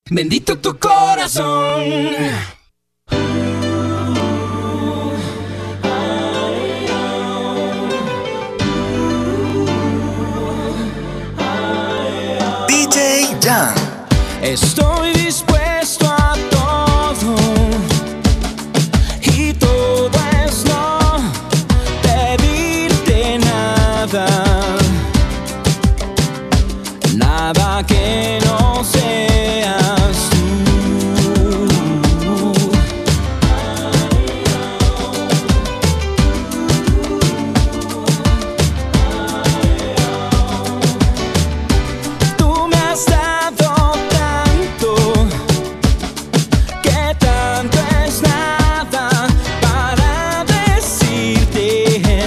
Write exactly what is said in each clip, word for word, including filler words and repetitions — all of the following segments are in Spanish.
Bendito tu corazón. D J Jan. Estoy dispuesto a todo y todo es no pedirte nada, nada que no seas tú. Tú me has dado tanto, que tanto es nada para decirte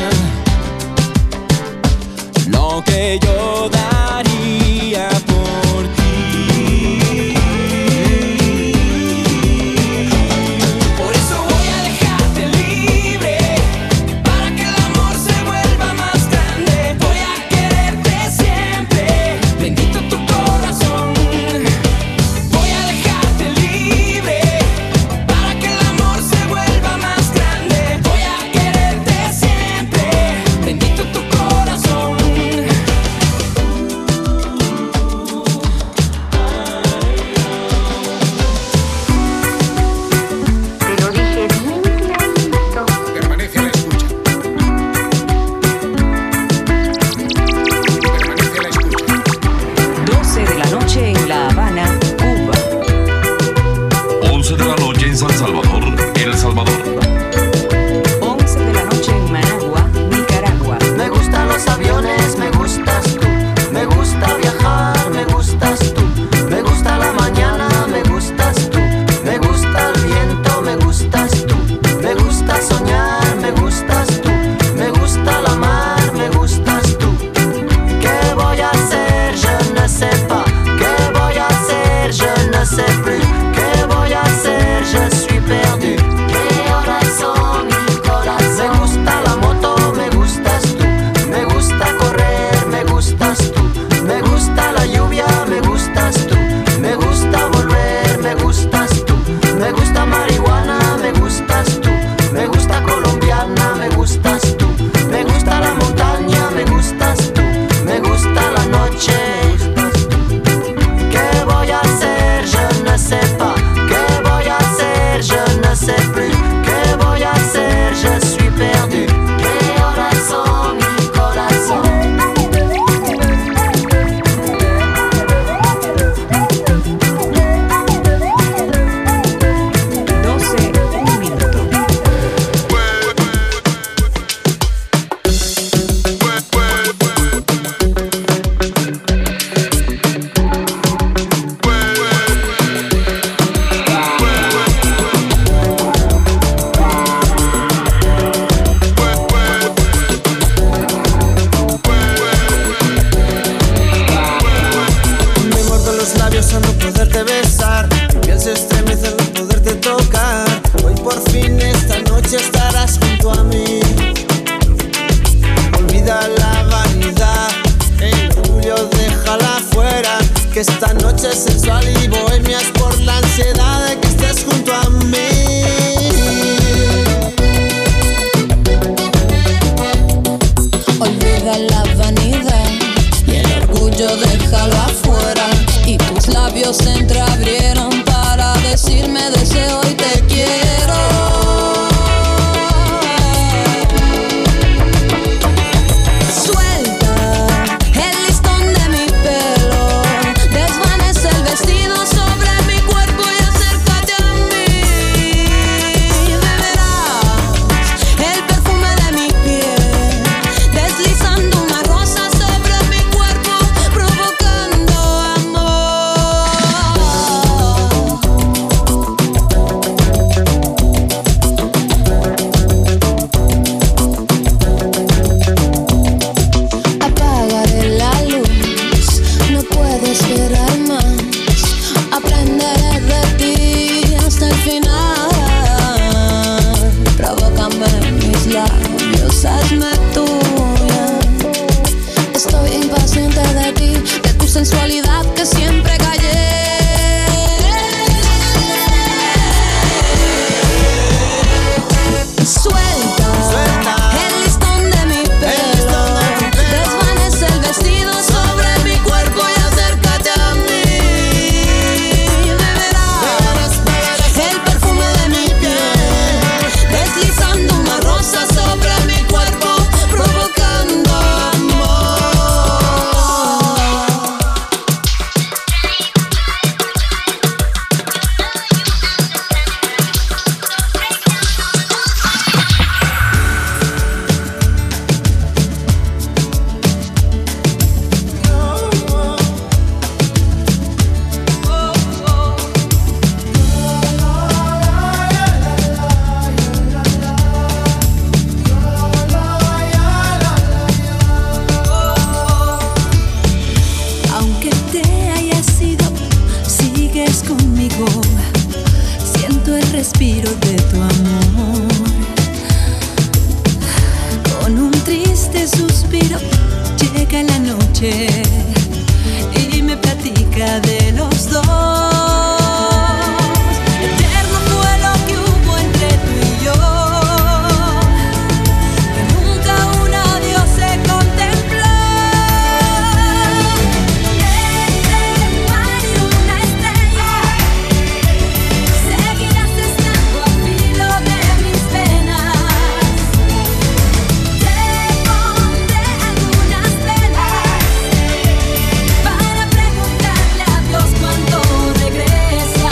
lo que yo daría por ti. Por eso voy a dejarte libre, para que el amor se vuelva más grande. Voy a quererte siempre, bendito tu corazón. Voy a dejarte libre, para que el amor se vuelva más grande. Voy a quererte siempre, bendito tu corazón. Te lo dije bien clarito. Permanece a la escucha. Permanece a la escucha. doce de la noche en La Habana, Cuba. once de la noche en San Salvador, El Salvador. once de la noche en Managua, Nicaragua. Me gustan los aviones, me gustas tú. Me gusta viajar, me gustas tú. Me gusta la mañana, me gustas tú. Me gusta el viento, me gustas tú. Me gusta soñar, me gustas tú. Me gusta la mar, me gustas tú. ¿Qué voy a hacer? Je ne sais pas. ¿Qué voy a hacer? Je ne sais plus. ¿Qué voy a hacer? Je suis perdu. ¿Qué horas son, mi corazón? Me gusta la moto, me gustas tú. Me gusta correr, me gustas tú. Me gusta la lluvia, me gustas tú. Me gusta volver, me gustas tú. Me gusta marihuana, me gustas tú. Me gusta colombiana, me gustas tú. Me gusta la montaña, me gustas tú. Me gusta la noche. ¿Qué voy a hacer? Je ne sais pas. ¿Qué voy a hacer? Je ne sais plus. ¿Qué voy a hacer? Je suis perdu. ¿Qué horas son, mi corazón? doce, un minuto. Me muerdo los labios a no poderte besar. Mi piel se estremece al no poderte tocar. Hoy por fin esta noche estarás junto a mí. Olvida la vanidad, el orgullo déjala fuera. Que esta noche es sensual y bohemia es por la ansiedad de que estés junto a mí. Olvida la vanidad y el orgullo déjalo afuera. Y tus labios se entreabrieron para decirme deseo y te quiero. Suelta el listón de mi pelo, desvanece el vestido sobre mi cuerpo y acércate a mí. Beberás el perfume de mi piel, deslizando una rosa sobre mi cuerpo, provocando amor. sigues conmigo, siento el respiro de tu amor. Con un triste suspiro llega la noche y me platica de los dos. Eterno fue lo que hubo entre tú y yo, que nunca un adiós se contempló. Entre el mar y una estrella, seguirás estando al filo de mis venas. Te pondré algunas velas para preguntarle a Dios cuándo regresas.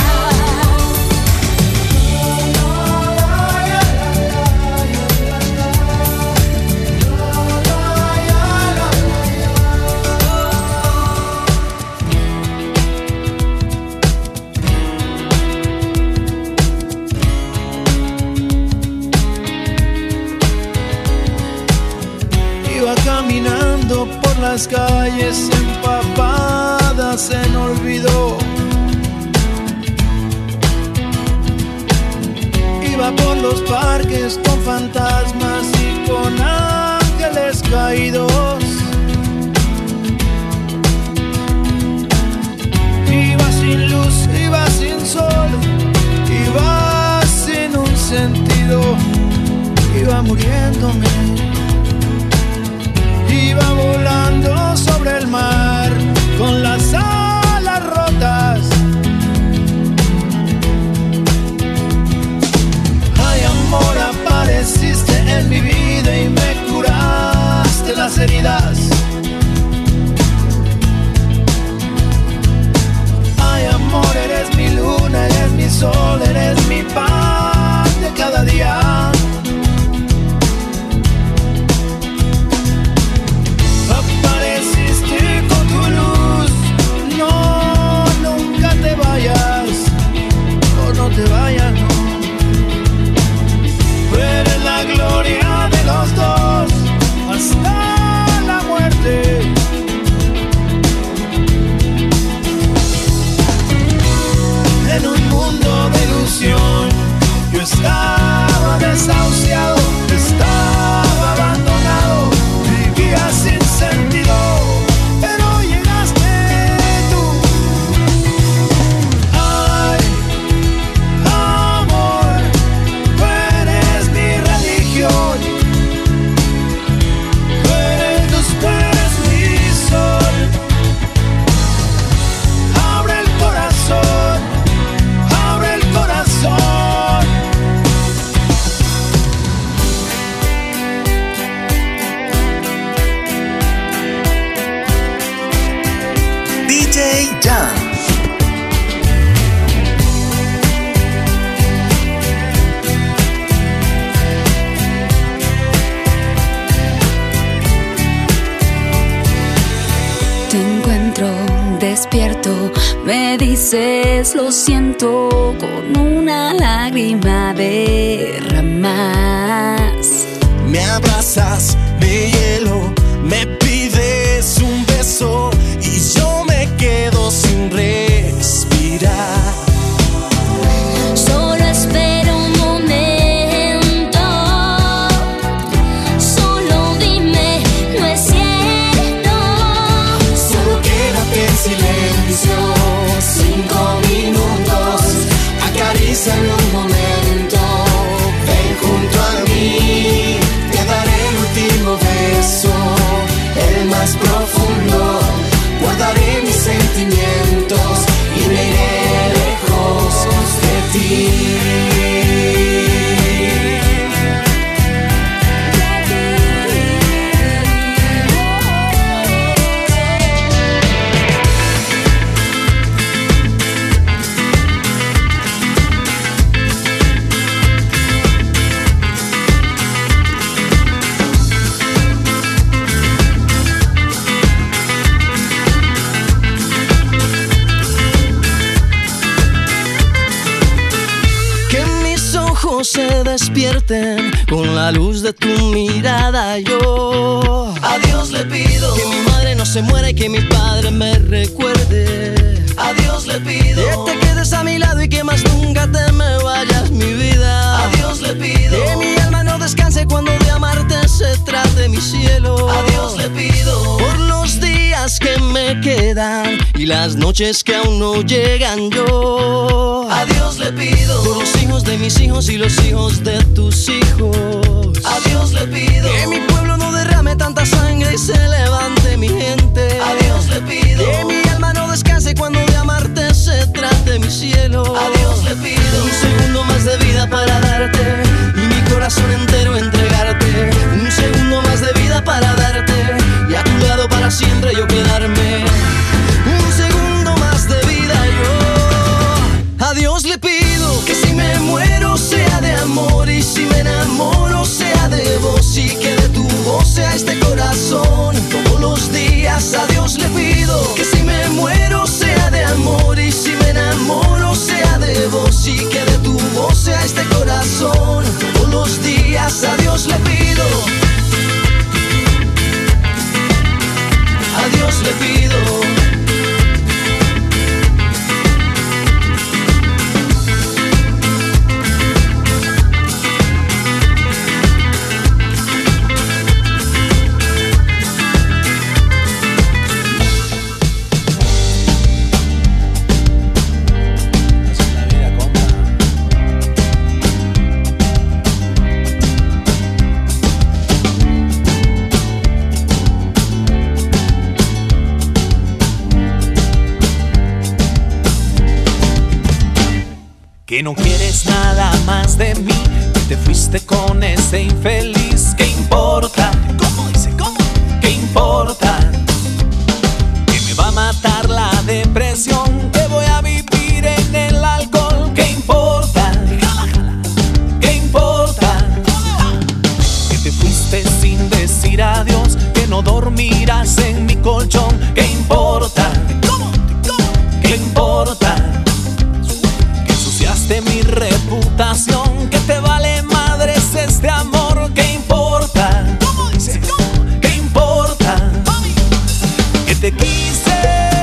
Iba caminando por las calles empapadas en olvido. Iba por los parques con fantasmas y con ángeles caídos. Iba sin luz, iba sin sol, iba sin un sentido, iba muriéndome. Iba volando sobre el mar con las alas rotas. Ay, amor, apareciste en mi vida y me curaste las heridas. Ay, amor, eres mi luna, eres mi sol, eres mi pan de cada día. Apareciste con tu luz, no, nunca te vayas, o no te vayas, no. Eres la gloria de los dos, hasta la muerte. En un mundo de ilusión, yo estaba desahuciado, estaba abandonado, vivía sin sentido, pero llegaste tú. Ay, amor, tú eres mi religión, tú eres luz, tú eres mi sol. Abre el corazón, abre el corazón. D J Jan. Te encuentro despierto, me dices lo siento, con una lágrima derramas. Me abrazas, me hielo, me pides un beso y yo me quedo sin respirar. Solo espero un momento, solo dime, no es cierto. Solo quédate en silencio, cinco minutos, acaríciame un momento, ven junto a mí, te daré el último beso. ojos se despierten con la luz de tu mirada. Yo a Dios le pido que mi madre no se muera y que mi padre me recuerde. A Dios le pido que te quedes a mi lado y que más nunca te me vayas, mi vida. A Dios le pido que mi alma no descanse cuando de amarte se trate, mi cielo. A Dios le pido por los días que me quedan y las noches que aún no llegan. Yo a Dios le pido por los hijos de mis hijos y los hijos de tus hijos. A Dios le pido que mi pueblo no derrame tanta sangre y se levante mi gente. A Dios le pido que mi alma no descanse cuando de amarte se trate, mi cielo. A Dios le pido un segundo más de vida para darte y mi corazón entero entregarte. Un segundo más de vida para darte y a tu lado para siempre yo quedarme. Un segundo más de vida yo. A Dios le pido que si me muero sea de amor y si me enamoro sea de vos y que de tu voz sea este corazón todos los días. A Dios le pido que si me muero sea de amor y si me enamoro sea de vos y que de tu voz sea este corazón todos los días. A Dios le pido. A Dios le pido. Que no quieres nada más de mí, que te fuiste con ese infeliz. ¿Qué importa? ¿Cómo dice? ¿Cómo? ¿Qué importa? Que me va a matar la depresión, que voy a vivir en el alcohol. ¿Qué importa? Jala, jala. ¿Qué importa? Que te fuiste sin decir adiós, que no dormirás en mi colchón. ¿Qué importa? ¿Cómo? ¿Cómo? ¿Qué importa? De mi reputación, que te vale madres este amor. ¿Qué importa? ¿Cómo dice? ¿Cómo? ¿Qué importa? Mami. Que te quise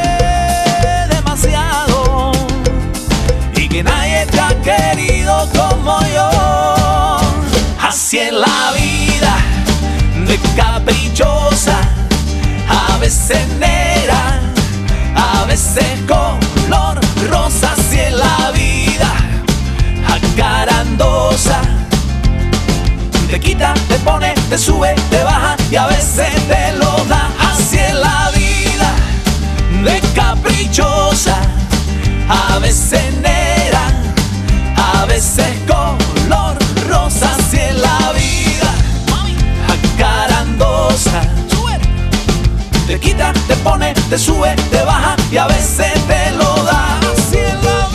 demasiado y que nadie te ha querido como yo. Así es la vida, de caprichosa, a veces negra, a veces color rosa. Así es la vida, acarandosa, te quita, te pone, te sube, te baja y a veces te lo da. Así es la vida, de caprichosa, a veces negra, a veces color rosa. Así es la vida, acarandosa, te quita, te pone, te sube, te baja y a veces te lo da. Así es la vida.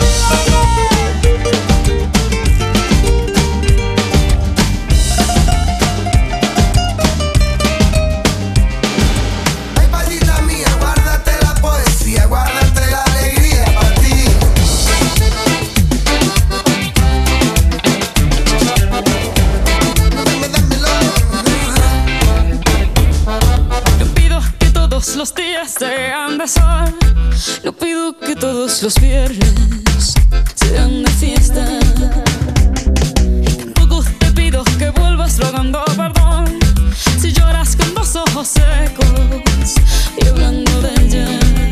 Los días sean de sol, no pido que todos los viernes sean de fiesta. Tampoco te pido que vuelvas rogando perdón si lloras con dos ojos secos y hablando de ella.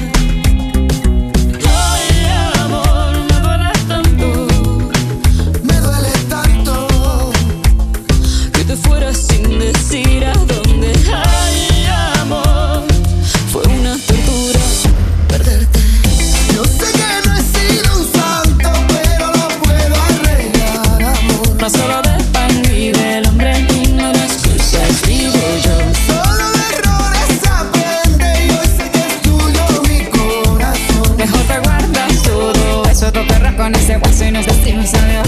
Ay, amor, me duele tanto, me duele tanto que te fueras sin decir a dónde. Ay, amor, fue una tortura perderte. Yo sé que no he sido un santo, pero lo puedo arreglar, amor. No solo de pan vive el hombre y no de excusas vivo yo. Solo de errores aprende y hoy sé que es tuyo mi corazón. Mejor te guardas todo eso, te perras con ese hueso y nos decimos adiós.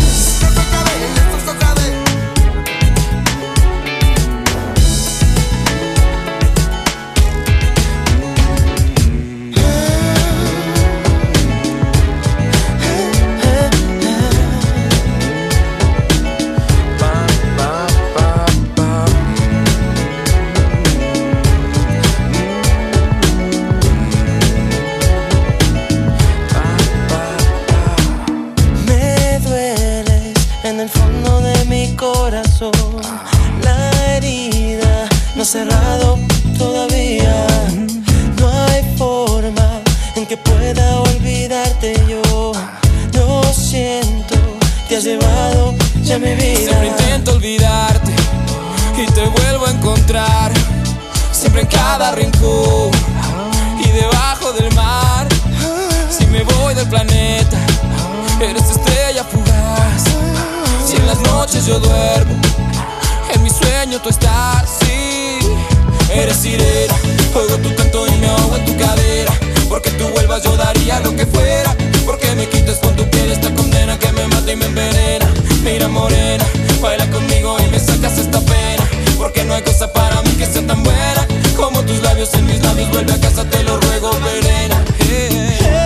corazón. La herida no ha cerrado todavía. No hay forma en que pueda olvidarte yo. Lo siento, te has llevado ya mi vida. Siempre intento olvidarte y te vuelvo a encontrar, siempre en cada rincón y debajo del mar. Si me voy del planeta, eres estrella fugaz. Si en las noches yo duermo, en mi sueño tú estás. Sí, eres sirena, oigo tu canto y me ahogo en tu cadera. Porque tú vuelvas yo daría lo que fuera. Porque me quites con tu piel esta condena que me mata y me envenena. Mira morena, baila conmigo y me sacas esta pena. Porque no hay cosa para mí que sea tan buena como tus labios en mis labios. Vuelve a casa, te lo ruego, Verena. Hey, hey.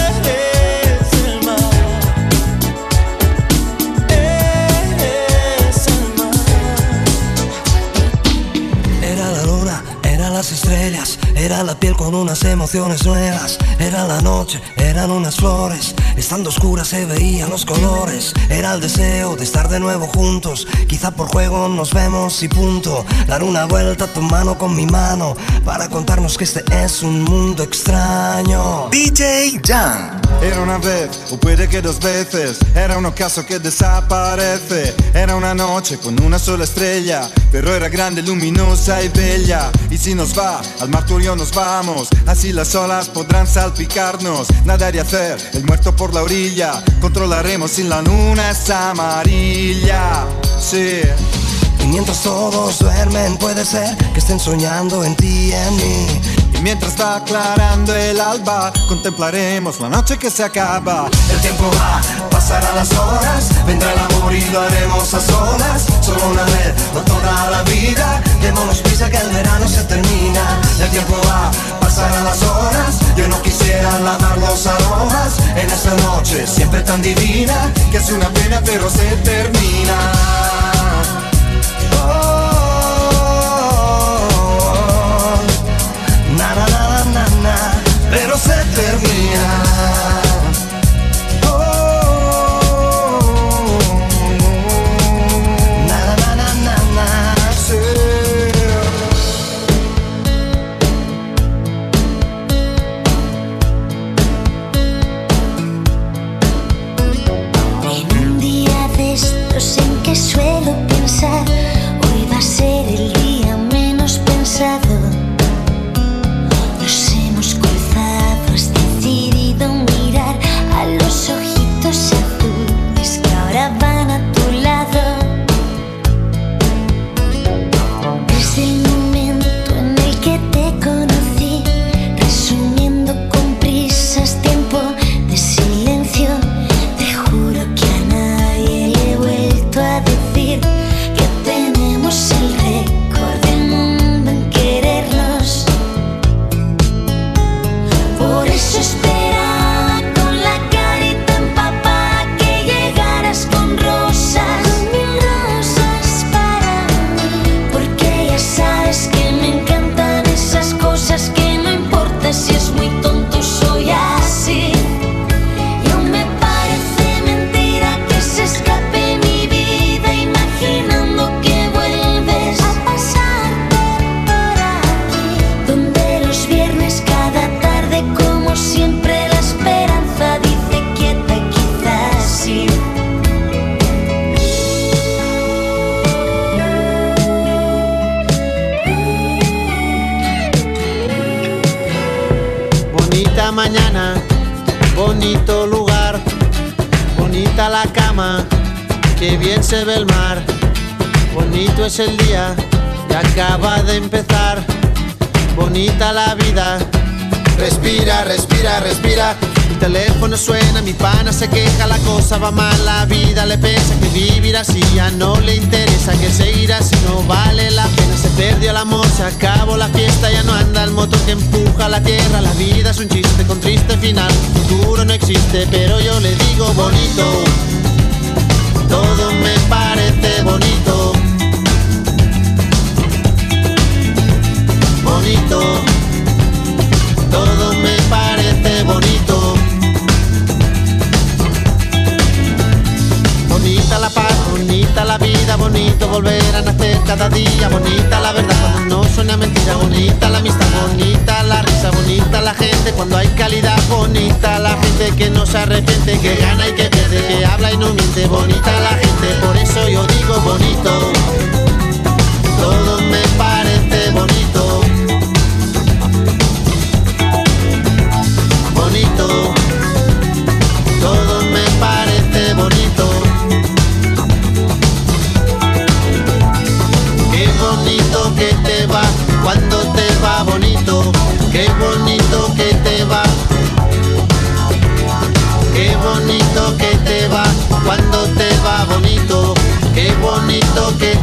Las estrellas, era la piel con unas emociones nuevas. Era la noche, eran unas flores. Estando oscuras se veían los colores. Era el deseo de estar de nuevo juntos. Quizá por juego nos vemos y punto. Dar una vuelta a tu mano con mi mano para contarnos que este es un mundo extraño. D J Jan. Era una vez, o puede que dos veces. Era un ocaso que desaparece. Era una noche con una sola estrella, pero era grande, luminosa y bella. Y si nos va, al mar tú y yo nos vamos. Así las olas podrán salpicarnos. Nadar y hacer el muerto por la orilla. Controlaremos si la luna es amarilla. Sí. Y mientras todos duermen, puede ser que estén soñando en ti y en mí. Y mientras va aclarando el alba, contemplaremos la noche que se acaba. El tiempo va, pasarán las horas, vendrá el amor y lo haremos a solas. Solo una vez, no toda la vida. Démonos prisa que el verano se termina. El tiempo va, pasarán las horas. Yo no quisiera lavar los aromas en esta noche siempre tan divina, que es una pena pero se termina. Na na na na na, pero se termina. Oh, na na na na na, sí. En un día de estos en que suelo pensar, hoy va a ser el día menos pensado. Los ojitos azules que ahora van a tu lado. Desde el momento en el que te conocí, resumiendo con prisas tiempo de silencio, te juro que a nadie le he vuelto a decir que tenemos el récord del mundo en querernos. Por eso espero si es muy tonto, soy así. Y aún me parece mentira que se escape mi vida imaginando que vuelves a pasarte por aquí, donde los viernes cada tarde como siempre la esperanza dice quieta, quizás sí. Bonita mañana, bonito lugar, bonita la cama, que bien se ve el mar. Bonito es el día que acaba de empezar, bonita la vida. Respira, respira, respira. Mi teléfono suena, mi pana se queja, la cosa va mal, la vida le pesa, que vivir así ya no le interesa, que seguir así no vale la pena. Se perdió el amor, se acabó la fiesta, ya no anda el motor que empuja la tierra. La vida es un chiste con triste final, futuro no existe, pero yo le digo bonito. Todo me parece bonito. Bonito. Todo me parece bonito. Bonita la paz, bonita la vida, bonito volver a nacer cada día. Bonita la verdad cuando no suena mentira. Bonita la amistad, bonita la risa. Bonita la gente cuando hay calidad. Bonita la gente que no se arrepiente, que gana y que pierde, que habla y no miente. Bonita la gente, por eso yo digo bonito. Todo me parece bonito. Bonito. Todo me parece bonito. Qué bonito que te va cuando te va bonito. Qué bonito que te va. Qué bonito que te va cuando te va bonito. Qué bonito que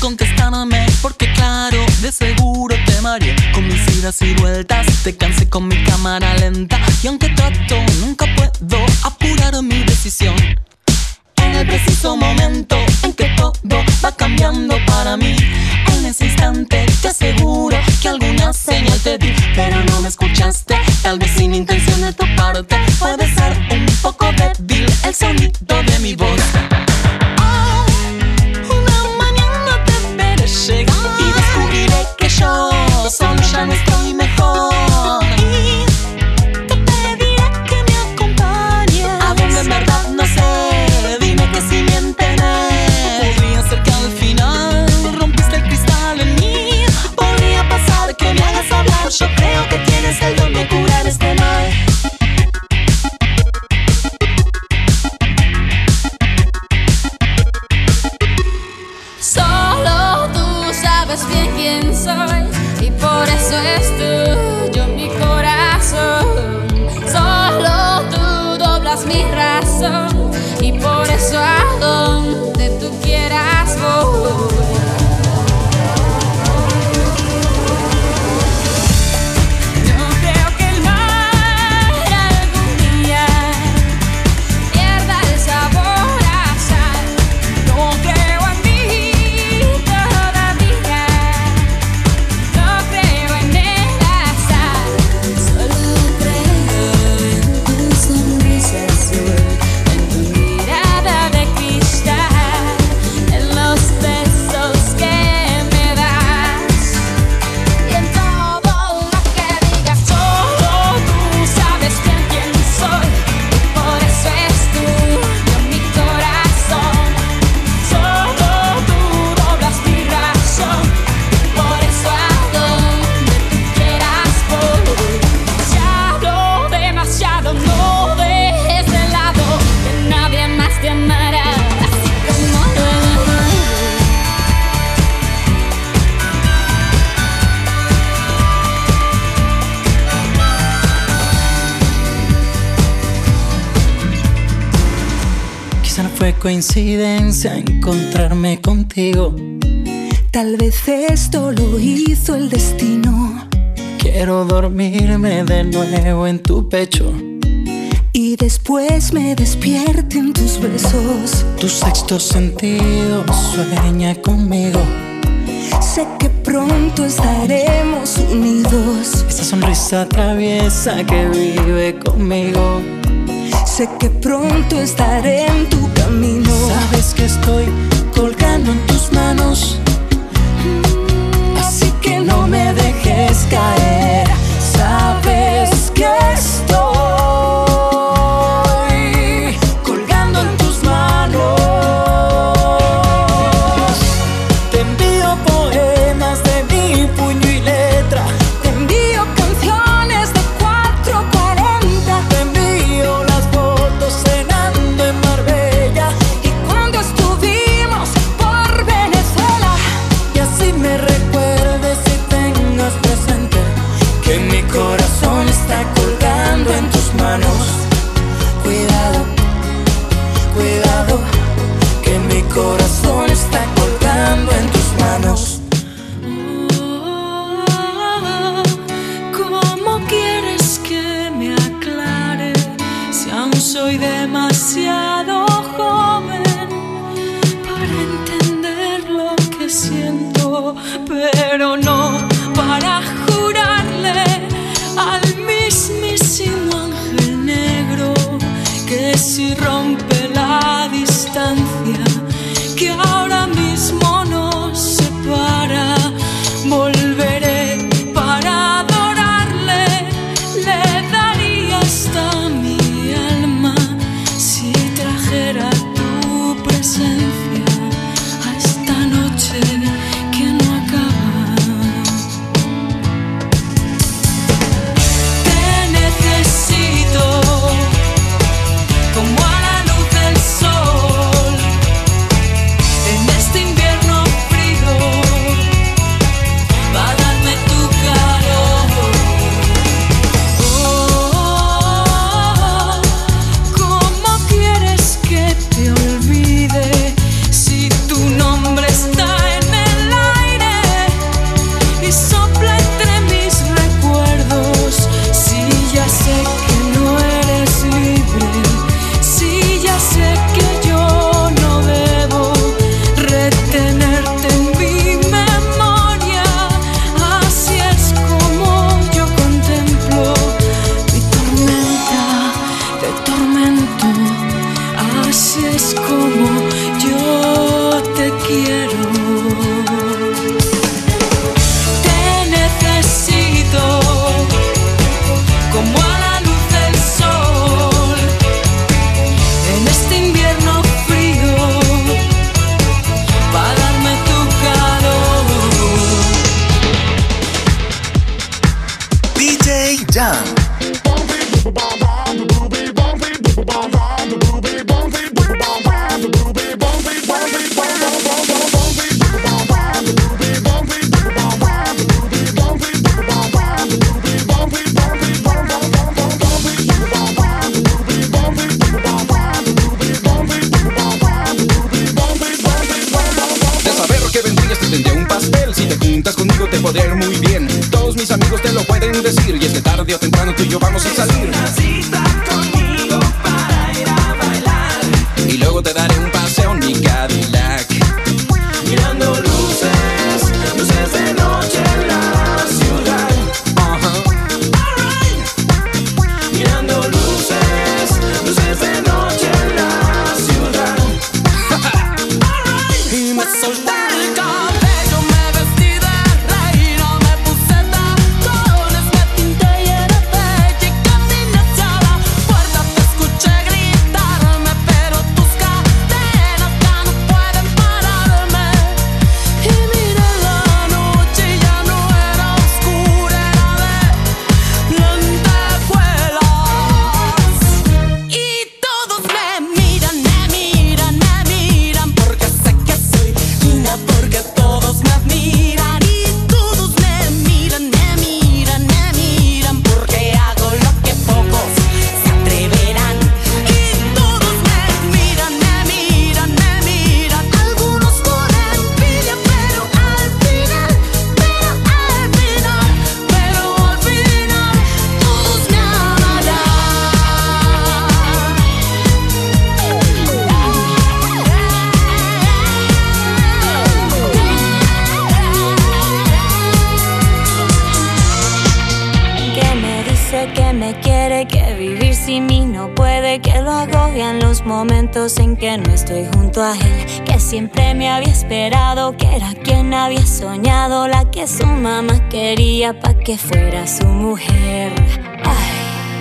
contestarme, porque claro, de seguro te mareé con mis idas y vueltas. Te cansé con mi cámara lenta y aunque trato, nunca puedo apurar mi decisión. En el preciso momento en que todo va cambiando para mí, en ese instante te aseguro que alguna señal te di, pero no me escuchaste, tal vez sin intención de tu parte. Puede ser un poco débil el sonido de mi voz. Oh, una mañana te veré llegar y descubriré que yo solo ya no estoy mejor. Y te pediré que me acompañes a donde en verdad no sé. Dime que si miénteme. Podría ser que al final rompiste el cristal en mí. Podría pasar que me hagas hablar. Yo creo que tienes el don de curar este mal. Solo tú sabes bien quién soy y por eso es tuyo mi corazón. Solo tú doblas mi razón y por eso a donde tú quieras voy. No creo que el mar algún día pierda el sabor a sal. No creo en mí todavía. No creo en el azar. Solo creo en tu sonrisa azul, en tu mirada de cristal, en los besos que me das y en todo lo que digas. Solo tú sabes bien quién soy y por eso es tuyo mi corazón. Solo tú doblas mi razón y por eso a donde tú quieras voy. Si hablo demasiado, no dejes de lado que nadie más te amará así como yo. Quizá no fue coincidencia encontrarme contigo. Tal vez esto lo hizo el destino. Quiero dormirme de nuevo en tu pecho Y después me despierte en tus besos. Tu sexto sentido sueña conmigo. Sé que pronto estaremos unidos. Esa sonrisa traviesa que vive conmigo. Sé que pronto estaré en tu camino. Sabes que estoy colgando en tus manos, así que no me dejes caer. Sabes que estoy colgando en tus manos. Te envío poemas de mi puño y letra. Te envío canciones de cuatro cuarenta. Te envío las fotos cenando en Marbella y cuando estuvimos por Venezuela. Y así me recuerdes y tengas presente que mi corazón está colgando en tus manos. Cuidado, cuidado, que mi corazón está colgando en tus manos. ¿Cómo quieres que me aclare si aún soy demasiado joven para entender lo que siento, pero no para jurarle al mismísimo ángel negro que si rompe la distancia que ahora mismo nos separa, volveré para adorarle, le daría hasta mi alma si trajera tu presencia a esta noche que no acaba. Te necesito como a la medio temprano tú y yo vamos a salir. Una cita conmigo para ir a bailar. Y luego te daré un paseo en mi Cadillac. Mirando luces, luces de noche en la ciudad. Uh-huh. Alright. Mirando luces, luces de noche en la ciudad. Alright. Y me solté el cabello, me vestí de reina, me puse tacones, me pinté y era bella y caminé hacia la puerta. Te escuché gritarme, pero tus cadenas ya no pueden pararme. Y miré la noche y ya no era oscura, era de lentejuelas. Y todos me miran, me miran, me miran, porque sé que soy linda, porque todos me admiran. Y todos me miran, me miran, me miran, porque hago lo que pocos se atreverán. Y todos me miran, me miran, me miran. Algunos por envidia, pero al final, pero al final, pero al final, todos me amarán. Que me dice que me quiere, que vivir sin mí no puede, que lo agobian los momentos en que no estoy junto a él, que siempre me había esperado, que era quien había soñado, la que su mamá quería pa' que fuera su mujer. Ay.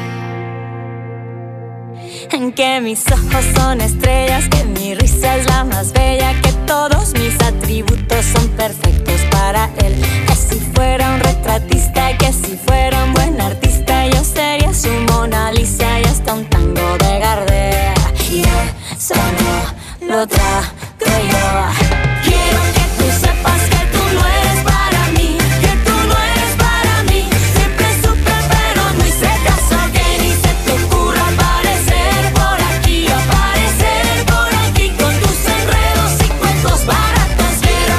En que mis ojos son estrellas, que mi risa es la más bella, que todos mis atributos son perfectos para él. Que si fuera un retratista, que si fuera un buen artista, yo sería su Mona Lisa y hasta un tango de Gardel. Y eso no lo trago yo. Quiero que tú sepas que tú no eres para mí, que tú no eres para mí. Siempre supe pero no hice caso, que ni se te ocurra aparecer por aquí, aparecer por aquí con tus enredos y cuentos baratos. Quiero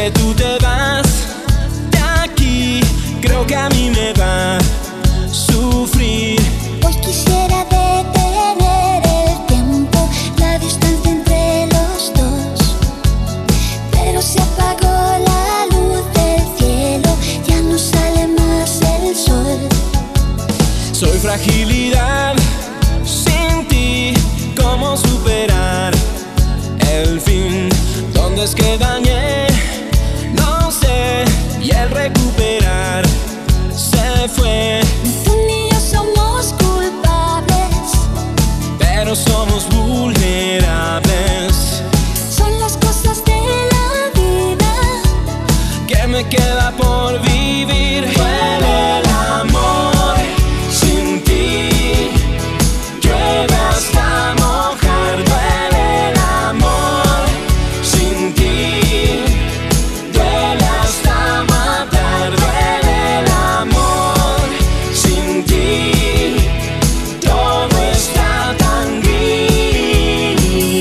que tú te vas de aquí, creo que a mí me va a sufrir. Hoy quisiera detener el tiempo, la distancia entre los dos, pero se apagó la luz del cielo, ya no sale más el sol. Soy fragilidad sin ti, ¿cómo superar el fin? ¿Dónde es que dañé? No sé, y el recuperar se fue. Tú ni yo somos culpables, pero somos vulnerables. son las cosas de la vida ¿Qué me queda por vivir? Duele el amor sin ti, llueve hasta mojar. Duele el amor sin ti, duele hasta matar. Duele el amor sin ti, todo está tan gris.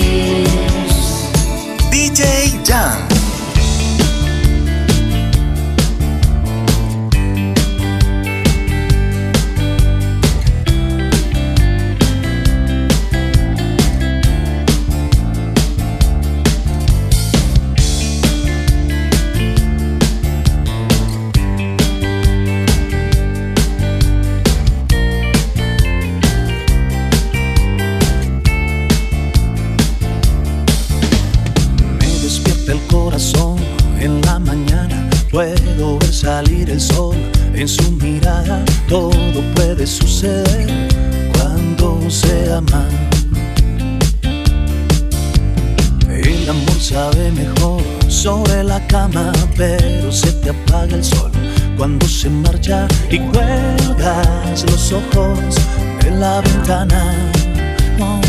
D J Jan. El corazón en la mañana, puedo ver salir el sol en su mirada. Todo puede suceder cuando se ama. El amor sabe mejor sobre la cama, pero se te apaga el sol cuando se marcha y cuelgas los ojos en la ventana. Oh.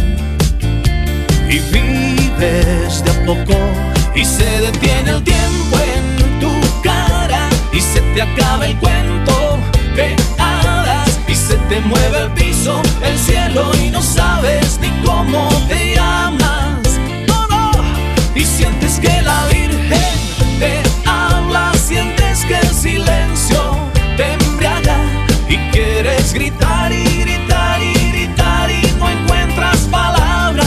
Y vives de a poco y se detiene el tiempo en tu cara y se te acaba el cuento de hadas y se te mueve el piso, el cielo y no sabes ni cómo te llamas. No, no. Y sientes que la Virgen te habla, sientes que el silencio te embriaga y quieres gritar y gritar y gritar y no encuentras palabras.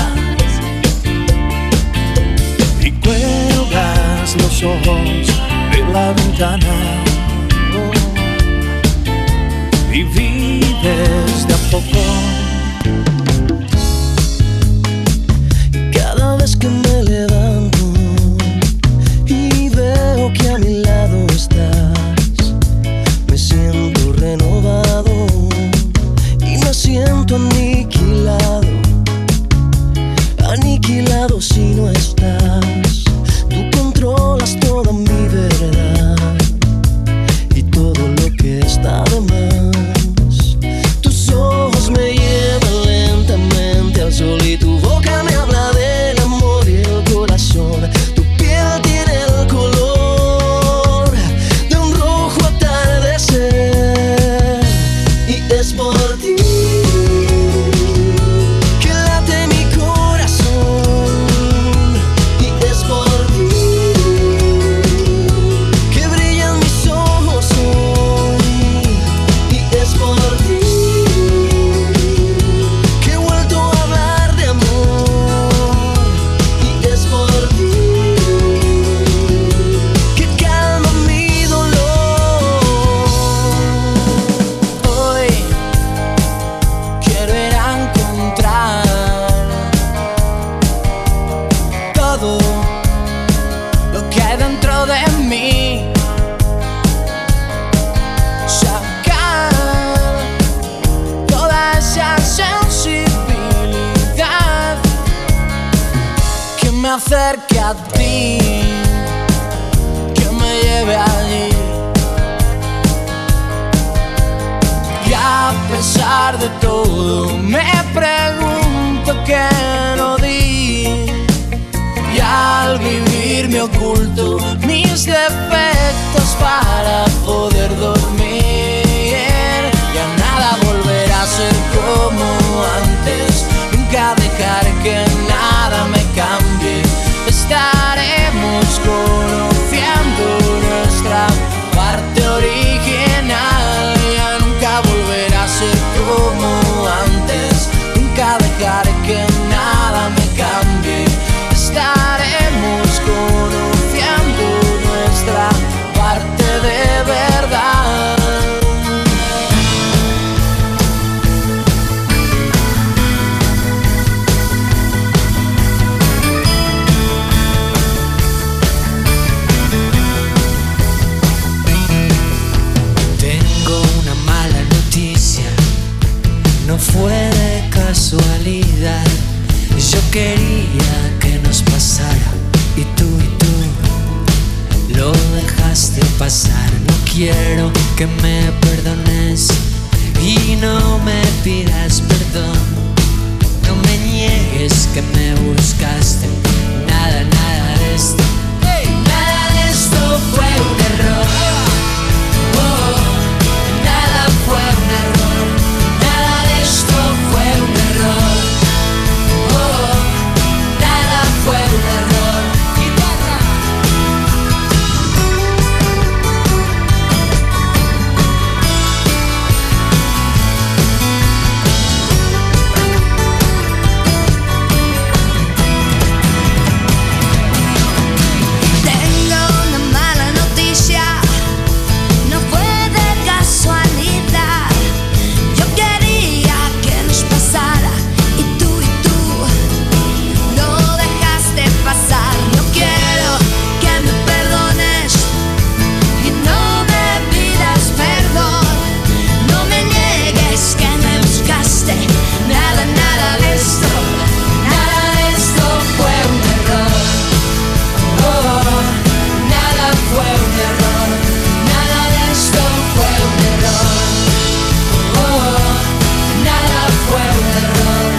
Cuelgas los ojos de la ventana, oh, y vives de a poco. Cada vez que me levanto y veo que a mi lado estás, me siento renovado y me siento aniquilado, aniquilado si no estás. Tú controlas toda mi verdad y todo lo que está de más. Tus ojos me llevan lentamente al sol y tu boca me habla del amor y el corazón. Tu piel tiene el color de un rojo atardecer y es por ti que late mi corazón y es por ti que brillan mis ojos hoy y es por ti que he vuelto a hablar de amor y es por ti que calma mi dolor. Hoy quiero ir a encontrar todo lo que hay dentro de mí, sacar toda esa sensibilidad que me acerque a ti, que me lleve allí. Y a pesar de todo me pregunto qué no di, y al vivir me oculto mis defectos para poder dormir. Ya nada volverá a ser como antes, nunca dejaré que nada me cambie. Estaremos conociendo nada me cambie. Estaremos conociendo nuestra parte de verdad. Tengo una mala noticia, no fue de casualidad. Yo quería que nos pasara y tú y tú lo dejaste pasar. No quiero que me perdones y no me pidas perdón. No me niegues que me buscaste. Nada, nada de esto. Hey, nada de esto fue un error. Oh, nada fue un error. Nada de esto fue un error. Oh, nada fue un error. Guitarra. Tengo una mala noticia, no fue de casualidad. Yo quería que nos pasara y tú y tú lo dejaste pasar. No quiero que me perdones y no me pidas perdón. No me niegues que me buscaste. Nada, nada de esto, nada de esto fue un error. Oh, nada fue un error. Nada de esto fue un error. Oh, nada fue un error.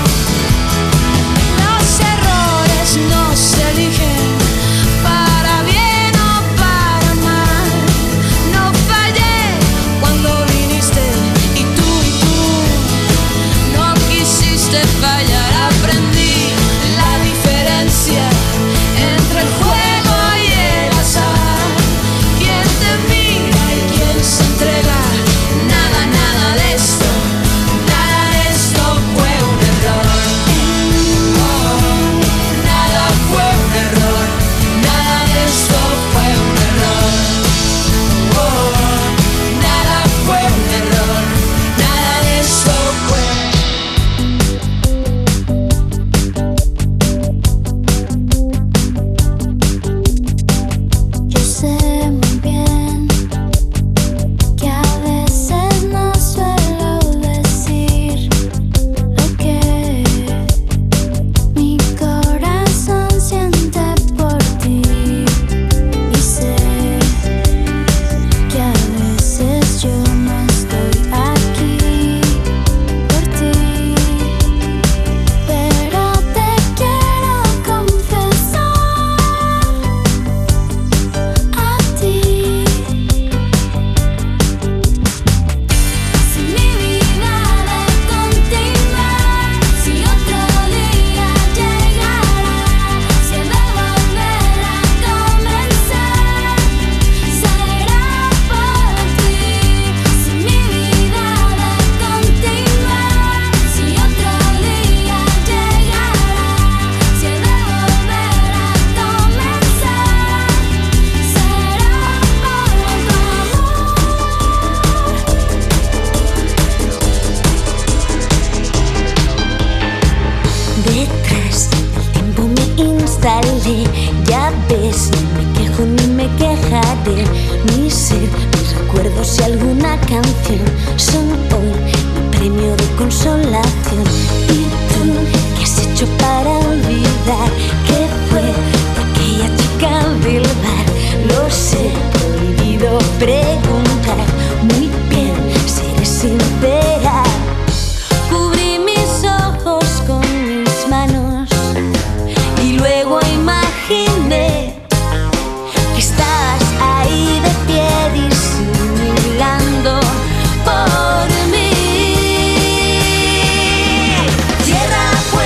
Los errores no se eligen para bien o para mal. No fallé cuando viniste y tú y tú no quisiste fallar. Aprendí la diferencia entre el juego y el azar. Quien te mira y quien se entrega. Nada, nada de esto, nada de esto fue un error. Oh, nada fue un error. Nada de esto fue un error. Oh, nada fue un error. Nada de esto fue. Yo sé muy bien que a veces no suelo decir lo que mi corazón siente por ti. Y sé que a veces yo no estoy aquí por ti, pero te quiero confesar a ti. Si mi vida de continuar, si otro día llegará, si he de volver a comenzar, será por ti. Si mi vida de continuar, si otro día llegará, si he de volver a comenzar, será por tu Detrás del tiempo me instalé, ya ves, no me quejo ni me quejaré. Mi ser, mis recuerdos y alguna canción son hoy mi premio de consolación. ¿Y tú qué has hecho para olvidar que fue de aquella chica del bar? Lo sé, prohibido preguntar. Muy bien, seré sincera. Cubrí mis ojos con mis manos y luego imaginé que estabas ahí de pie disimulando por mí. Tierra,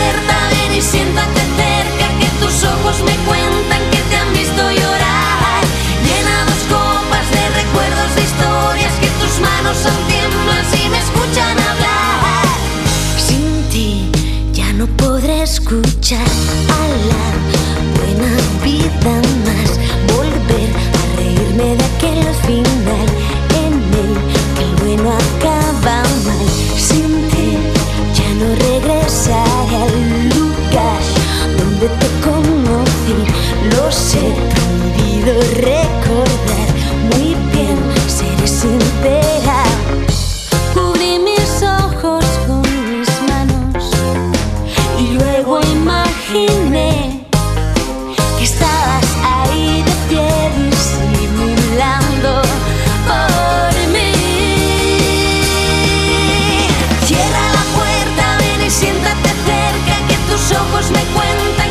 escuchar a la buena vida más, volver a reírme de aquel final en el que el bueno acaba mal. Sin ti ya no regresaré al lugar donde te conocí. Lo sé, prohibido recordar, muy bien, seré sincera. Cubrí mis ojos con mis manos y luego imaginé que estabas ahí de pie disimulando por mí. Cierra la puerta, ven y siéntate cerca, que tus ojos me cuentan